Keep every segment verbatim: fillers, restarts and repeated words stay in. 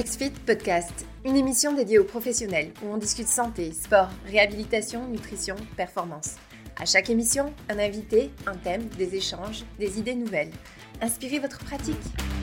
X-Fit Podcast, une émission dédiée aux professionnels où on discute santé, sport, réhabilitation, nutrition, performance. À chaque émission, un invité, un thème, des échanges, des idées nouvelles. Inspirez votre pratique.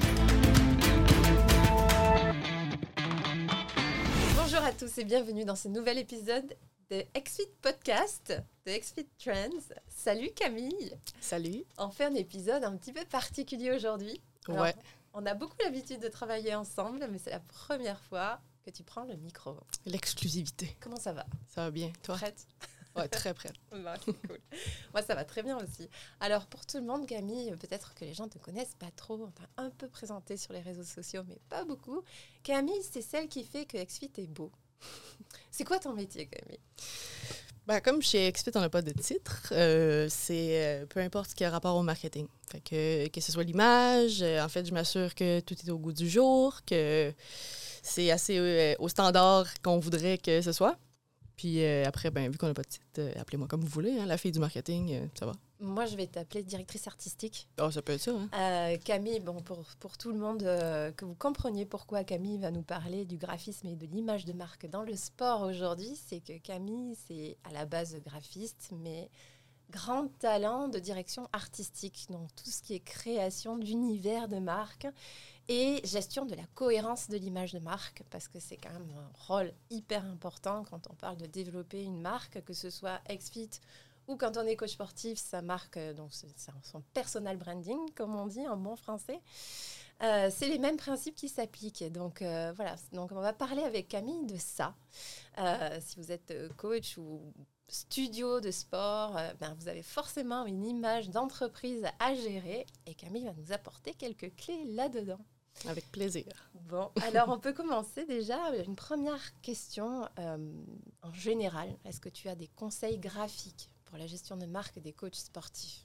Bonjour à tous et bienvenue dans ce nouvel épisode de X-Fit Podcast, de X-Fit Trends. Salut Camille. Salut. On fait un épisode un petit peu particulier aujourd'hui. Alors, ouais. On a beaucoup l'habitude de travailler ensemble, mais c'est la première fois que tu prends le micro. L'exclusivité. Comment ça va? Ça va bien. Toi? Prête? Ouais, très prête. Bah, c'est cool. Moi, ça va très bien aussi. Alors, pour tout le monde, Camille, peut-être que les gens ne te connaissent pas trop. On t'a un peu présenté sur les réseaux sociaux, mais pas beaucoup. Camille, c'est celle qui fait que X-Fit est beau. C'est quoi ton métier, Camille? Ben, comme chez X-Fit, on n'a pas de titre. Euh, c'est euh, peu importe ce qui a rapport au marketing. Fait que, que ce soit l'image, euh, en fait, je m'assure que tout est au goût du jour, que c'est assez euh, au standard qu'on voudrait que ce soit. Puis euh, après, ben, vu qu'on n'a pas de titre, euh, appelez-moi comme vous voulez. Hein, la fille du marketing, euh, ça va. Moi, je vais t'appeler directrice artistique. Oh, ça peut être ça. Hein? Euh, Camille, bon, pour, pour tout le monde, euh, que vous compreniez pourquoi Camille va nous parler du graphisme et de l'image de marque dans le sport aujourd'hui, c'est que Camille, c'est à la base graphiste, mais grand talent de direction artistique, donc tout ce qui est création d'univers de marque et gestion de la cohérence de l'image de marque, parce que c'est quand même un rôle hyper important quand on parle de développer une marque, que ce soit X-Fit ou quand on est coach sportif, sa marque, donc c'est son personal branding, comme on dit en bon français. Euh, c'est les mêmes principes qui s'appliquent. Donc euh, voilà, donc on va parler avec Camille de ça. Euh, si vous êtes coach ou studio de sport, euh, ben vous avez forcément une image d'entreprise à gérer et Camille va nous apporter quelques clés là-dedans. Avec plaisir. Bon, alors on peut commencer déjà. Une première question euh, en général. Est-ce que tu as des conseils graphiques pour la gestion de marque des coachs sportifs?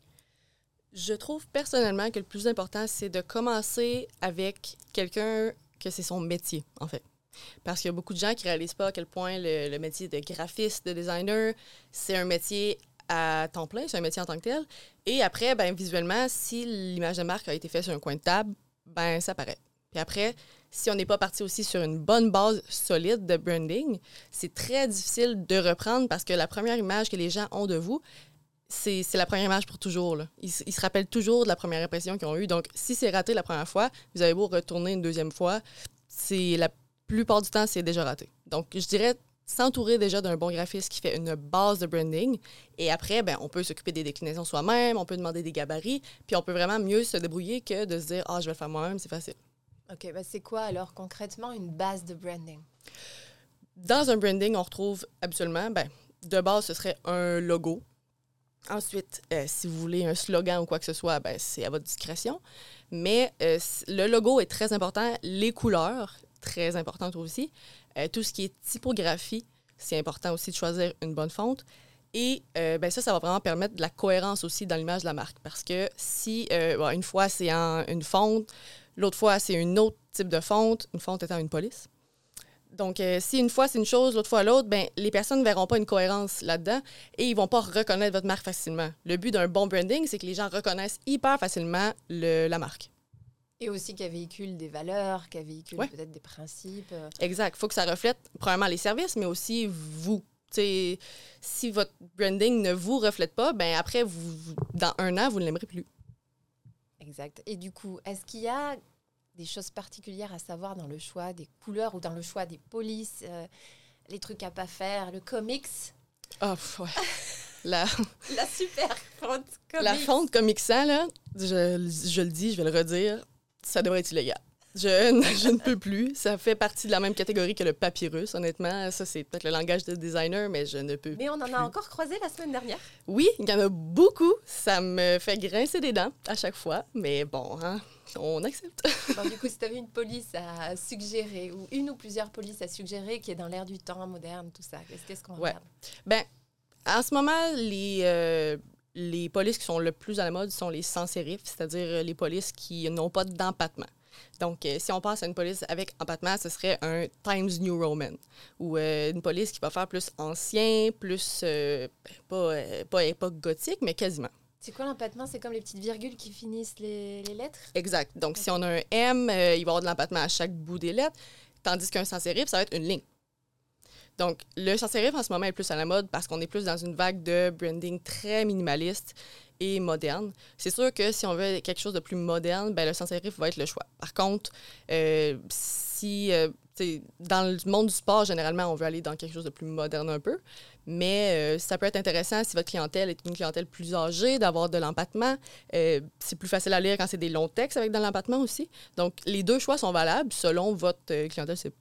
Je trouve personnellement que le plus important, c'est de commencer avec quelqu'un que c'est son métier, en fait. Parce qu'il y a beaucoup de gens qui ne réalisent pas à quel point le, le métier de graphiste, de designer, c'est un métier à temps plein, c'est un métier en tant que tel. Et après, ben, visuellement, si l'image de marque a été faite sur un coin de table, ben ça paraît. Puis après, si on n'est pas parti aussi sur une bonne base solide de branding, c'est très difficile de reprendre parce que la première image que les gens ont de vous, c'est, c'est la première image pour toujours. Là. Ils, ils se rappellent toujours de la première impression qu'ils ont eue. Donc, si c'est raté la première fois, vous avez beau retourner une deuxième fois, c'est la plupart du temps, c'est déjà raté. Donc, je dirais s'entourer déjà d'un bon graphiste qui fait une base de branding. Et après, ben, on peut s'occuper des déclinaisons soi-même, on peut demander des gabarits, puis on peut vraiment mieux se débrouiller que de se dire « Ah, je vais le faire moi-même, c'est facile ». OK, ben c'est quoi alors concrètement une base de branding? Dans un branding, on retrouve habituellement, ben, de base, ce serait un logo. Ensuite, euh, si vous voulez un slogan ou quoi que ce soit, ben, c'est à votre discrétion. Mais euh, le logo est très important. Les couleurs, très importantes aussi. Euh, tout ce qui est typographie, c'est important aussi de choisir une bonne fonte. Et euh, ben ça, ça va vraiment permettre de la cohérence aussi dans l'image de la marque. Parce que si, euh, bon, une fois, c'est en une fonte, l'autre fois, c'est un autre type de fonte, une fonte étant une police. Donc, euh, si une fois, c'est une chose, l'autre fois, l'autre, ben, les personnes ne verront pas une cohérence là-dedans et ils ne vont pas reconnaître votre marque facilement. Le but d'un bon branding, c'est que les gens reconnaissent hyper facilement le, la marque. Et aussi qu'elle véhicule des valeurs, qu'elle véhicule ouais. peut-être des principes. Euh... Exact. Il faut que ça reflète, premièrement, les services, mais aussi vous. T'sais, si votre branding ne vous reflète pas, ben après, vous, dans un an, vous ne l'aimerez plus. Exact. Et du coup, est-ce qu'il y a des choses particulières à savoir dans le choix des couleurs ou dans le choix des polices, euh, les trucs à pas faire, le comics? Oh, ouais. La... La super fonte comics. La fonte Comic Sans, là, je, je le dis, je vais le redire, ça devrait être illégal. Je, je ne peux plus. Ça fait partie de la même catégorie que le papyrus, honnêtement. Ça, c'est peut-être le langage de designer, mais je ne peux Mais on en plus. a encore croisé la semaine dernière. Oui, il y en a beaucoup. Ça me fait grincer des dents à chaque fois, mais bon, hein, on accepte. Bon, du coup, si tu avais une police à suggérer, ou une ou plusieurs polices à suggérer qui est dans l'air du temps, moderne, tout ça, qu'est-ce qu'on ouais. regarde? Ben, en ce moment, les... Euh, les polices qui sont le plus à la mode sont les sans sérif, c'est-à-dire les polices qui n'ont pas d'empattement. Donc, euh, si on passe à une police avec empattement, ce serait un Times New Roman ou euh, une police qui va faire plus ancien, plus, euh, pas, euh, pas époque gothique, mais quasiment. C'est quoi l'empattement? C'est comme les petites virgules qui finissent les, les lettres? Exact. Donc, okay. Si on a un M, euh, il va y avoir de l'empattement à chaque bout des lettres. Tandis qu'un sans-sérif, ça va être une ligne. Donc, le sans-sérif, en ce moment, est plus à la mode parce qu'on est plus dans une vague de branding très minimaliste et moderne. C'est sûr que si on veut quelque chose de plus moderne, ben, le sans-sérif va être le choix. Par contre, euh, si euh, dans le monde du sport, généralement, on veut aller dans quelque chose de plus moderne un peu, mais euh, ça peut être intéressant si votre clientèle est une clientèle plus âgée, d'avoir de l'empattement. Euh, c'est plus facile à lire quand c'est des longs textes avec de l'empattement aussi. Donc, les deux choix sont valables selon votre euh, clientèle. C'est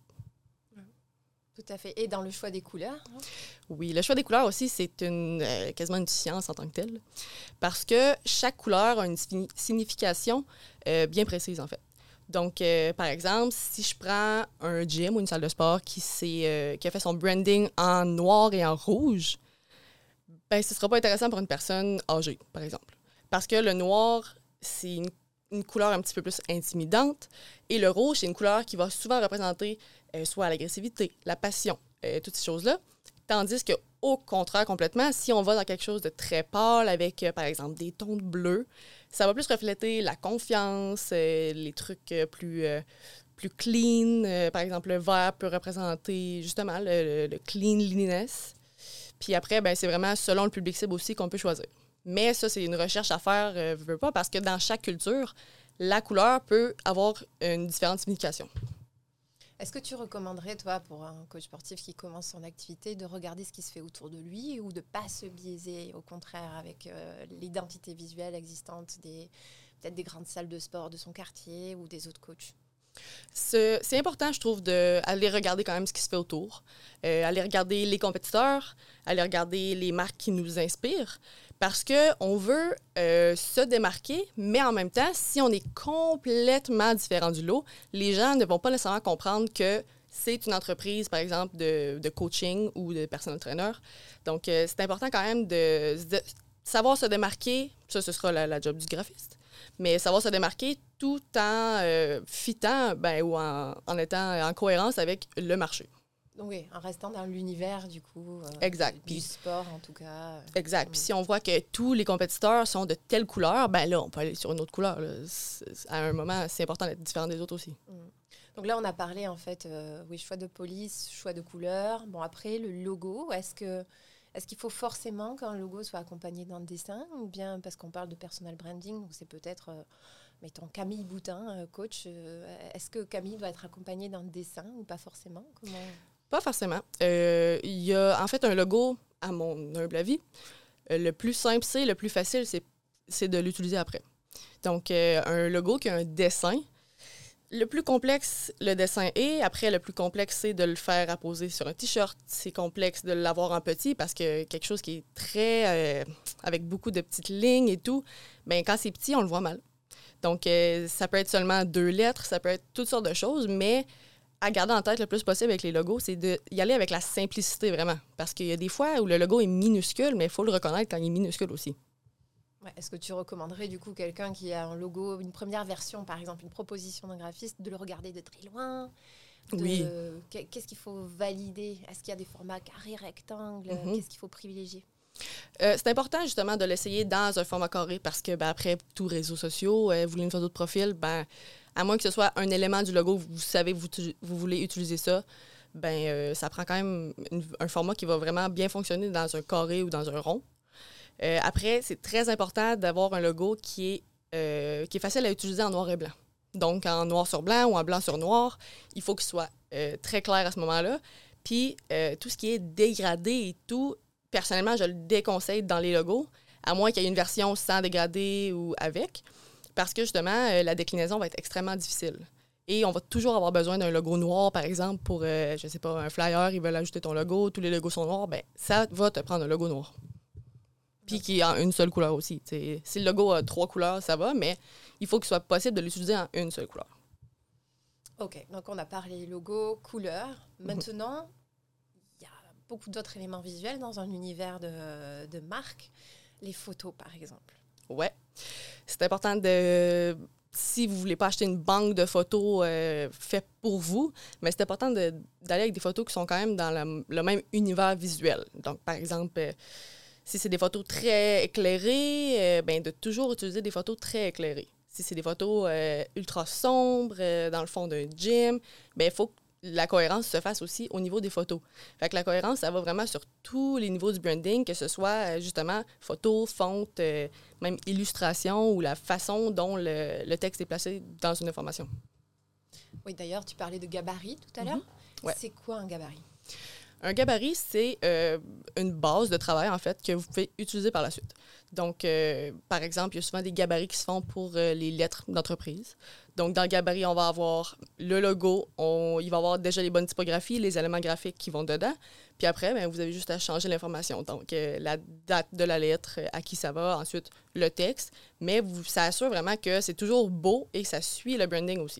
Tout à fait. Et dans le choix des couleurs? Hein? Oui, le choix des couleurs aussi, c'est une, euh, quasiment une science en tant que telle. Parce que chaque couleur a une signification euh, bien précise, en fait. Donc, euh, par exemple, si je prends un gym ou une salle de sport qui, euh, qui a fait son branding en noir et en rouge, ben, ce ne sera pas intéressant pour une personne âgée, par exemple. Parce que le noir, c'est une, une couleur un petit peu plus intimidante. Et le rouge, c'est une couleur qui va souvent représenter euh, soit l'agressivité, la passion, euh, toutes ces choses-là. Tandis qu'au contraire, complètement, si on va dans quelque chose de très pâle avec, euh, par exemple, des tons de bleu, ça va plus refléter la confiance, euh, les trucs euh, plus, euh, plus clean. Euh, par exemple, le vert peut représenter justement le, le, le cleanliness. Puis après, ben, c'est vraiment selon le public cible aussi qu'on peut choisir. Mais ça, c'est une recherche à faire, euh, je veux pas, parce que dans chaque culture, la couleur peut avoir une différente signification. Est-ce que tu recommanderais, toi, pour un coach sportif qui commence son activité, de regarder ce qui se fait autour de lui ou de ne pas se biaiser, au contraire, avec euh, l'identité visuelle existante des, peut-être des grandes salles de sport de son quartier ou des autres coachs? C'est, c'est important, je trouve, d'aller regarder quand même ce qui se fait autour, euh, aller regarder les compétiteurs, aller regarder les marques qui nous inspirent, parce qu'on veut euh, se démarquer, mais en même temps, si on est complètement différent du lot, les gens ne vont pas nécessairement comprendre que c'est une entreprise, par exemple, de, de coaching ou de personal trainer. Donc, euh, c'est important quand même de, de savoir se démarquer. Ça, ce sera la, la job du graphiste. Mais savoir se démarquer tout en euh, fitant ben, ou en, en étant en cohérence avec le marché. Oui, en restant dans l'univers, du coup, euh, exact. du Puis, sport, en tout cas. Exact. Puis si on voit que tous les compétiteurs sont de telle couleur, ben là, on peut aller sur une autre couleur. Là. À un moment, c'est important d'être différent des autres aussi. Mm. Donc là, on a parlé, en fait, euh, oui, choix de police, choix de couleur. Bon, après, le logo, est-ce que... Est-ce qu'il faut forcément qu'un logo soit accompagné d'un dessin ou bien parce qu'on parle de personal branding, donc c'est peut-être, euh, mettons, Camille Boutin, euh, coach, euh, est-ce que Camille doit être accompagnée d'un dessin ou pas forcément? Comment... Pas forcément. Euh, il y a en fait un logo, à mon humble avis. Euh, le plus simple, c'est, le plus facile, c'est, c'est de l'utiliser après. Donc, euh, un logo qui a un dessin. Le plus complexe, le dessin est. Après, le plus complexe, c'est de le faire apposer sur un T-shirt. C'est complexe de l'avoir en petit parce que quelque chose qui est très... Euh, avec beaucoup de petites lignes et tout, bien, quand c'est petit, on le voit mal. Donc, euh, ça peut être seulement deux lettres, ça peut être toutes sortes de choses, mais à garder en tête le plus possible avec les logos, c'est d'y aller avec la simplicité, vraiment. Parce qu'il y a des fois où le logo est minuscule, mais il faut le reconnaître quand il est minuscule aussi. Ouais, est-ce que tu recommanderais du coup quelqu'un qui a un logo, une première version, par exemple, une proposition d'un graphiste, de le regarder de très loin? De... Oui. Qu'est-ce qu'il faut valider? Est-ce qu'il y a des formats carrés, rectangles? Mm-hmm. Qu'est-ce qu'il faut privilégier? Euh, c'est important justement de l'essayer dans un format carré parce que ben, après, tous réseaux sociaux, euh, vous voulez une photo de profil, ben, à moins que ce soit un élément du logo, vous savez que vous, vous voulez utiliser ça, ben, euh, ça prend quand même une, un format qui va vraiment bien fonctionner dans un carré ou dans un rond. Euh, après, c'est très important d'avoir un logo qui est, euh, qui est facile à utiliser en noir et blanc. Donc, en noir sur blanc ou en blanc sur noir, il faut qu'il soit euh, très clair à ce moment-là. Puis, euh, tout ce qui est dégradé et tout, personnellement, je le déconseille dans les logos, à moins qu'il y ait une version sans dégradé ou avec, parce que, justement, euh, la déclinaison va être extrêmement difficile. Et on va toujours avoir besoin d'un logo noir, par exemple, pour, euh, je sais pas, un flyer, ils veulent ajouter ton logo, tous les logos sont noirs, bien, ça va te prendre un logo noir. Puis qui est en une seule couleur aussi. T'sais, si le logo a trois couleurs, ça va, mais il faut qu'il soit possible de l'utiliser en une seule couleur. OK, donc on a parlé logo, couleur. Maintenant, il mm-hmm. y a beaucoup d'autres éléments visuels dans un univers de, de marque. Les photos, par exemple. Ouais. C'est important de... Si vous ne voulez pas acheter une banque de photos euh, faite pour vous, mais c'est important de, d'aller avec des photos qui sont quand même dans la, le même univers visuel. Donc, par exemple... Euh, Si c'est des photos très éclairées, euh, ben de toujours utiliser des photos très éclairées. Si c'est des photos euh, ultra sombres euh, dans le fond d'un gym, ben il faut la cohérence se fasse aussi au niveau des photos. Fait que la cohérence, ça va vraiment sur tous les niveaux du branding, que ce soit justement photo, fonte, euh, même illustration ou la façon dont le, le texte est placé dans une information. Oui, d'ailleurs, tu parlais de gabarit tout à l'heure. Mm-hmm. Ouais. C'est quoi un gabarit? Un gabarit, c'est euh, une base de travail, en fait, que vous pouvez utiliser par la suite. Donc, euh, par exemple, il y a souvent des gabarits qui se font pour euh, les lettres d'entreprise. Donc, dans le gabarit, on va avoir le logo, on, il va y avoir déjà les bonnes typographies, les éléments graphiques qui vont dedans. Puis après, bien, vous avez juste à changer l'information. Donc, euh, la date de la lettre, à qui ça va, ensuite le texte. Mais vous, ça assure vraiment que c'est toujours beau et que ça suit le branding aussi.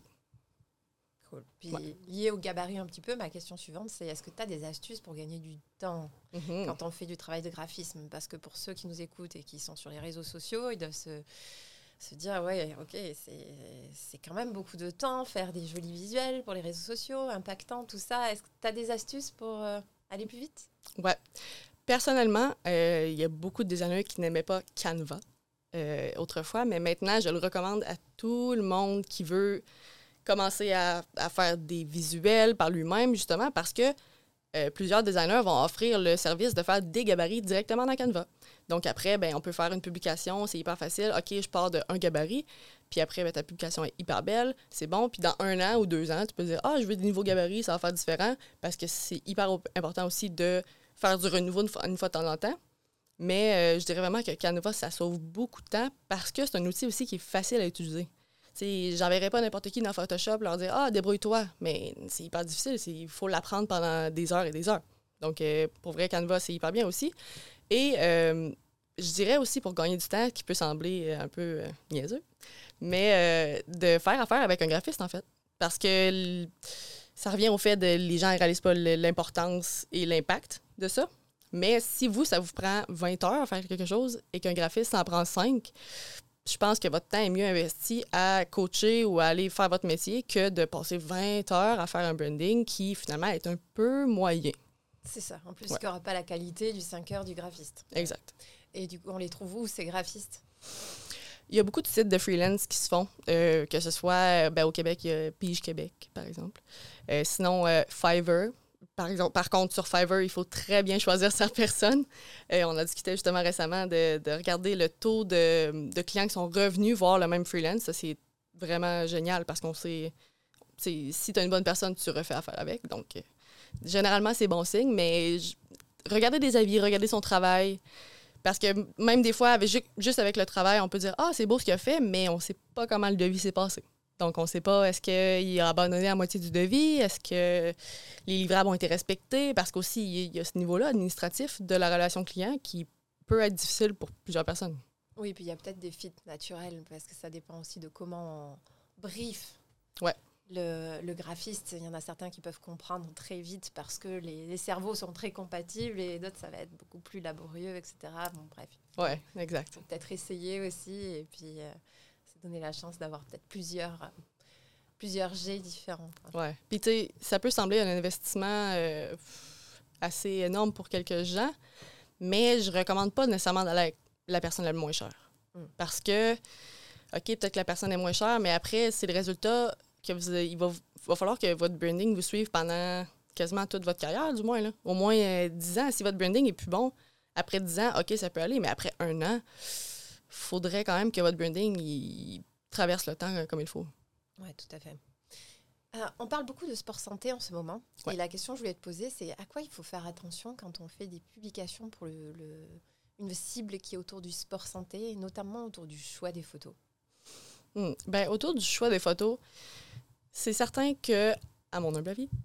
Cool. Puis, ouais. lié au gabarit un petit peu, ma question suivante, c'est est-ce que tu as des astuces pour gagner du temps Mm-hmm. quand on fait du travail de graphisme? Parce que pour ceux qui nous écoutent et qui sont sur les réseaux sociaux, ils doivent se, se dire, ouais, ok, c'est, c'est quand même beaucoup de temps, faire des jolis visuels pour les réseaux sociaux, impactants, tout ça. Est-ce que tu as des astuces pour euh, aller plus vite? Ouais. Personnellement, euh, il y a beaucoup de designers qui n'aimaient pas Canva euh, autrefois, mais maintenant, je le recommande à tout le monde qui veut commencer à, à faire des visuels par lui-même, justement, parce que euh, plusieurs designers vont offrir le service de faire des gabarits directement dans Canva. Donc après, ben, on peut faire une publication, c'est hyper facile. OK, je pars d'un gabarit, puis après, ben, ta publication est hyper belle, c'est bon. Puis dans un an ou deux ans, tu peux dire « Ah, je veux des nouveaux gabarits, ça va faire différent », parce que c'est hyper important aussi de faire du renouveau une fois, une fois de temps en temps. Mais euh, je dirais vraiment que Canva, ça sauve beaucoup de temps parce que c'est un outil aussi qui est facile à utiliser. J'enverrais pas n'importe qui dans Photoshop leur dire « Ah, débrouille-toi », mais c'est hyper difficile, il faut l'apprendre pendant des heures et des heures. Donc, euh, pour vrai, Canva, c'est hyper bien aussi. Et euh, je dirais aussi, pour gagner du temps, qui peut sembler un peu euh, niaiseux, mais euh, de faire affaire avec un graphiste, en fait. Parce que ça revient au fait que les gens ne réalisent pas l'importance et l'impact de ça. Mais si vous, ça vous prend vingt heures à faire quelque chose et qu'un graphiste en prend cinq, je pense que votre temps est mieux investi à coacher ou à aller faire votre métier que de passer vingt heures à faire un branding qui, finalement, est un peu moyen. C'est ça. En plus, ouais. il n'y aura pas la qualité du cinq heures du graphiste. Exact. Et du coup, on les trouve où, ces graphistes? Il y a beaucoup de sites de freelance qui se font, euh, que ce soit ben, au Québec, il y a Pige Québec, par exemple. Euh, sinon, euh, Fiverr. Par exemple, par contre, sur Fiverr, il faut très bien choisir sa personne. Euh, on a discuté justement récemment de, de regarder le taux de, de clients qui sont revenus voir le même freelance. Ça, c'est vraiment génial parce qu'on sait, si tu as une bonne personne, tu refais affaire avec. Donc, euh, généralement, c'est bon signe, mais je, regardez des avis, regardez son travail. Parce que même des fois, avec, juste avec le travail, on peut dire « Ah, c'est beau ce qu'il a fait », mais on ne sait pas comment le devis s'est passé. Donc, on ne sait pas, est-ce qu'il a abandonné la moitié du devis? Est-ce que les livrables ont été respectés? Parce qu'aussi, il y a ce niveau-là administratif de la relation client qui peut être difficile pour plusieurs personnes. Oui, puis il y a peut-être des fits naturels parce que ça dépend aussi de comment on brief ouais. le, le graphiste. Il y en a certains qui peuvent comprendre très vite parce que les, les cerveaux sont très compatibles et d'autres, ça va être beaucoup plus laborieux, et cetera. Bon, bref. Oui, exact. Peut-être essayer aussi et puis... Euh, donner la chance d'avoir peut-être plusieurs, plusieurs jets différents. Oui. Puis, tu sais, ça peut sembler un investissement euh, assez énorme pour quelques gens, mais je ne recommande pas nécessairement d'aller avec la personne la moins chère. Mm. Parce que, OK, peut-être que la personne est moins chère, mais après, c'est le résultat que vous, il va, va falloir que votre branding vous suive pendant quasiment toute votre carrière, du moins. Là. Au moins euh, dix ans. Si votre branding est plus bon, après dix ans, OK, ça peut aller, mais après un an, faudrait quand même que votre branding il traverse le temps comme il faut. Oui, tout à fait. Alors, on parle beaucoup de sport santé en ce moment. Ouais. Et la question que je voulais te poser, c'est à quoi il faut faire attention quand on fait des publications pour le, le, une cible qui est autour du sport santé, et notamment autour du choix des photos? Mmh. Ben, autour du choix des photos, c'est certain que, à mon humble avis,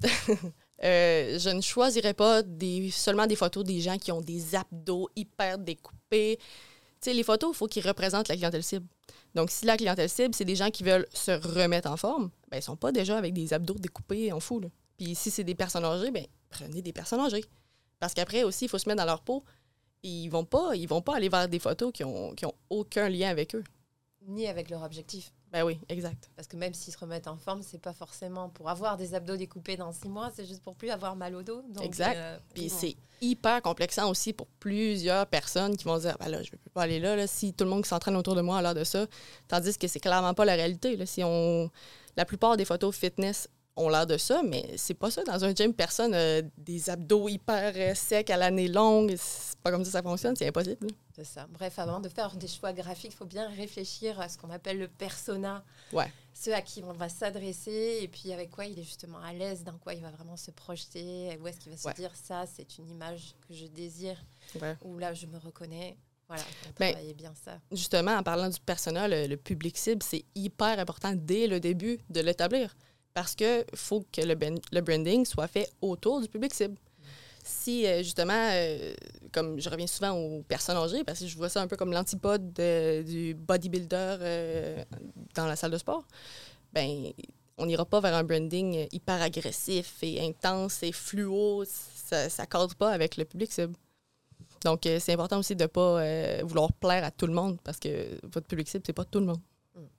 euh, je ne choisirais pas des, seulement des photos des gens qui ont des abdos hyper découpés. Tu sais, les photos, il faut qu'ils représentent la clientèle cible. Donc, si la clientèle cible, c'est des gens qui veulent se remettre en forme, ben, ils ne sont pas déjà avec des abdos découpés en fou. Là. Puis si c'est des personnes âgées, ben, prenez des personnes âgées. Parce qu'après aussi, il faut se mettre dans leur peau. Et ils ne vont pas, ils vont pas aller vers des photos qui n'ont qui ont aucun lien avec eux. Ni avec leur objectif. Ben oui, exact. Parce que même s'ils se remettent en forme, c'est pas forcément pour avoir des abdos découpés dans six mois, c'est juste pour plus avoir mal au dos. Donc, exact. Euh, Puis bon. c'est hyper complexant aussi pour plusieurs personnes qui vont dire ben là, je ne peux pas aller là, là si tout le monde qui s'entraîne autour de moi a l'air de ça. Tandis que c'est clairement pas la réalité. Là. Si on... La plupart des photos fitness ont l'air de ça, mais c'est pas ça. Dans un gym, personne n'a des abdos hyper euh, secs à l'année longue. C'est pas comme ça que ça fonctionne, c'est impossible. C'est ça. Bref, avant de faire des choix graphiques, il faut bien réfléchir à ce qu'on appelle le persona. Ouais. Ceux à qui on va s'adresser et puis avec quoi il est justement à l'aise, dans quoi il va vraiment se projeter, où est-ce qu'il va se Ouais. dire ça, c'est une image que je désire, Ouais. où là je me reconnais. Voilà, on Ben, travaillait bien ça. Justement, en parlant du persona, le, le public cible, c'est hyper important dès le début de l'établir. Parce qu'il faut que le, ben, le branding soit fait autour du public cible. Si, euh, justement, euh, comme je reviens souvent aux personnes âgées, parce que je vois ça un peu comme l'antipode de- du bodybuilder euh, dans la salle de sport, ben on n'ira pas vers un branding hyper agressif et intense et fluo. Ça ne cadre pas avec le public cible. Donc, euh, c'est important aussi de ne pas euh, vouloir plaire à tout le monde parce que votre public cible, c'est pas tout le monde.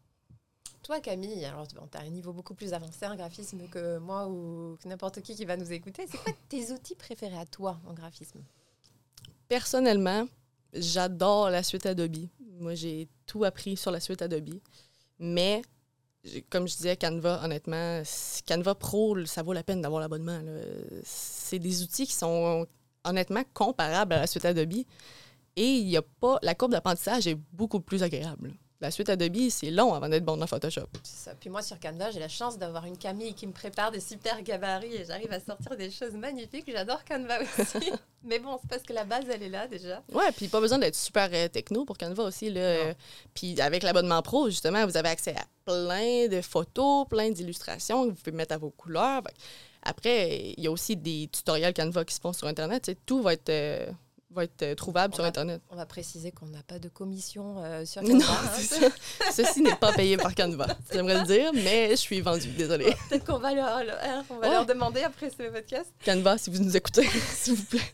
Toi, Camille, alors bon, tu as un niveau beaucoup plus avancé en graphisme que moi ou que n'importe qui qui va nous écouter. C'est quoi tes outils préférés à toi en graphisme? Personnellement, j'adore la suite Adobe. Moi, j'ai tout appris sur la suite Adobe. Mais, j'ai- comme je disais, Canva, honnêtement, c- Canva Pro, ça vaut la peine d'avoir l'abonnement. Là. C'est des outils qui sont honnêtement comparables à la suite Adobe. Et il y a pas, la courbe d'apprentissage est beaucoup plus agréable. La suite Adobe, c'est long avant d'être bon dans Photoshop. C'est ça. Puis moi, sur Canva, j'ai la chance d'avoir une Camille qui me prépare des super gabarits et j'arrive à sortir des choses magnifiques. J'adore Canva aussi. Mais bon, c'est parce que la base, elle est là déjà. Ouais, puis pas besoin d'être super euh, techno pour Canva aussi. Là. Euh, puis avec l'abonnement pro, justement, vous avez accès à plein de photos, plein d'illustrations que vous pouvez mettre à vos couleurs. Fait que après, il y a aussi des tutoriels Canva qui se font sur Internet. Tu sais, tout va être, euh, va être euh, trouvable On sur va- Internet. On va préciser qu'on n'a pas de commission euh, sur Non, Canva. hein. c'est ça. Ceci n'est pas payé par Canva. J'aimerais le dire, mais je suis vendue. Désolée. Peut-être qu'on va, leur, leur- hein, on va Ouais. leur demander après ce podcast. Canva, si vous nous écoutez, s'il vous plaît.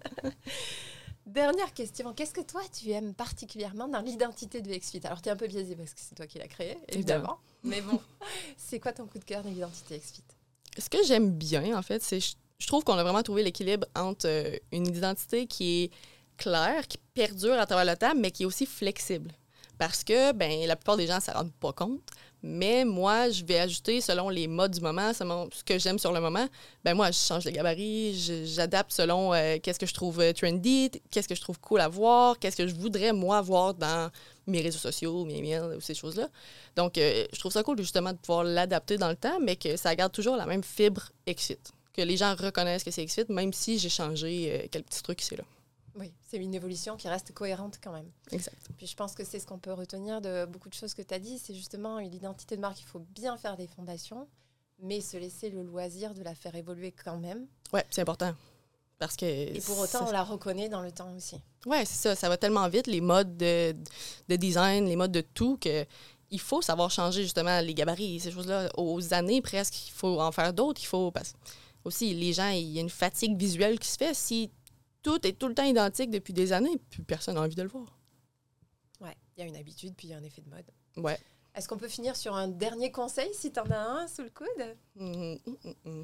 Dernière question. Qu'est-ce que toi, tu aimes particulièrement dans l'identité de XFIT? Alors, tu es un peu biaisé parce que c'est toi qui l'as créé, évidemment. Mais bon, c'est quoi ton coup de cœur de l'identité XFIT? Ce que j'aime bien, en fait, c'est je, je trouve qu'on a vraiment trouvé l'équilibre entre euh, une identité qui est claire, qui perdure à travers le temps, mais qui est aussi flexible. Parce que, ben, la plupart des gens ne s'en rendent pas compte. Mais moi, je vais ajuster selon les modes du moment, selon ce que j'aime sur le moment. Ben moi, je change les gabarits, je- j'adapte selon euh, qu'est-ce que je trouve euh, trendy, qu'est-ce que je trouve cool à voir, qu'est-ce que je voudrais, moi, voir dans mes réseaux sociaux, mes mails, ou ces choses-là. Donc, euh, je trouve ça cool, justement, de pouvoir l'adapter dans le temps, mais que ça garde toujours la même fibre XFIT. Que les gens reconnaissent que c'est XFIT, même si j'ai changé euh, quelques petits trucs ici et là. Oui, c'est une évolution qui reste cohérente quand même. Exact. Puis je pense que c'est ce qu'on peut retenir de beaucoup de choses que tu as dit. C'est justement une identité de marque. Il faut bien faire des fondations, mais se laisser le loisir de la faire évoluer quand même. Ouais, c'est important. Parce que... Et pour autant, on la reconnaît dans le temps aussi. Ouais, c'est ça. Ça va tellement vite, les modes de, de design, les modes de tout, que il faut savoir changer justement les gabarits, ces choses-là. Aux années presque, il faut en faire d'autres. Il faut... Parce aussi, les gens, il y a une fatigue visuelle qui se fait. Si tout est tout le temps identique depuis des années, plus personne n'a envie de le voir. Ouais, il y a une habitude, puis il y a un effet de mode. Ouais. Est-ce qu'on peut finir sur un dernier conseil, si tu en as un sous le coude? Hum, hum, hum, hum.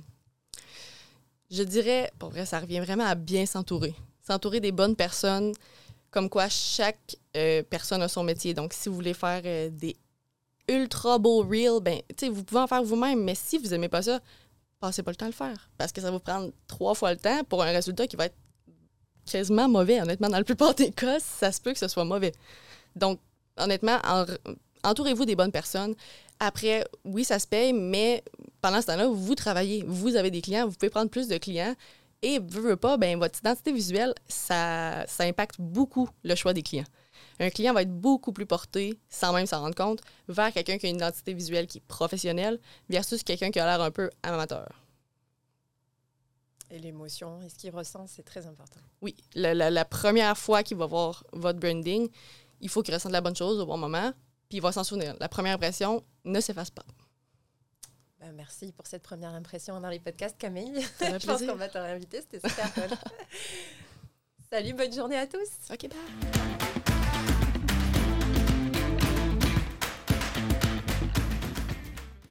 Je dirais, pour vrai, ça revient vraiment à bien s'entourer. S'entourer des bonnes personnes, comme quoi chaque euh, personne a son métier. Donc, si vous voulez faire euh, des ultra beaux reels, ben, tu sais, vous pouvez en faire vous-même, mais si vous n'aimez pas ça, passez pas le temps à le faire. Parce que ça va vous prendre trois fois le temps pour un résultat qui va être quasiment mauvais. Honnêtement, dans la plupart des cas, ça se peut que ce soit mauvais. Donc, honnêtement, en- entourez-vous des bonnes personnes. Après, oui, ça se paye, mais pendant ce temps-là, vous travaillez. Vous avez des clients, vous pouvez prendre plus de clients. Et, veux, veux pas, ben, votre identité visuelle, ça, ça impacte beaucoup le choix des clients. Un client va être beaucoup plus porté, sans même s'en rendre compte, vers quelqu'un qui a une identité visuelle qui est professionnelle versus quelqu'un qui a l'air un peu amateur. Et l'émotion, et ce qu'il ressent, c'est très important. Oui, la, la, la première fois qu'il va voir votre branding, il faut qu'il ressente la bonne chose au bon moment, puis il va s'en souvenir. La première impression ne s'efface pas. Ben, merci pour cette première impression dans les podcasts, Camille. Ça fait Je pense plaisir. qu'on va te réinviter, c'était super cool. Salut, bonne journée à tous. OK, bye!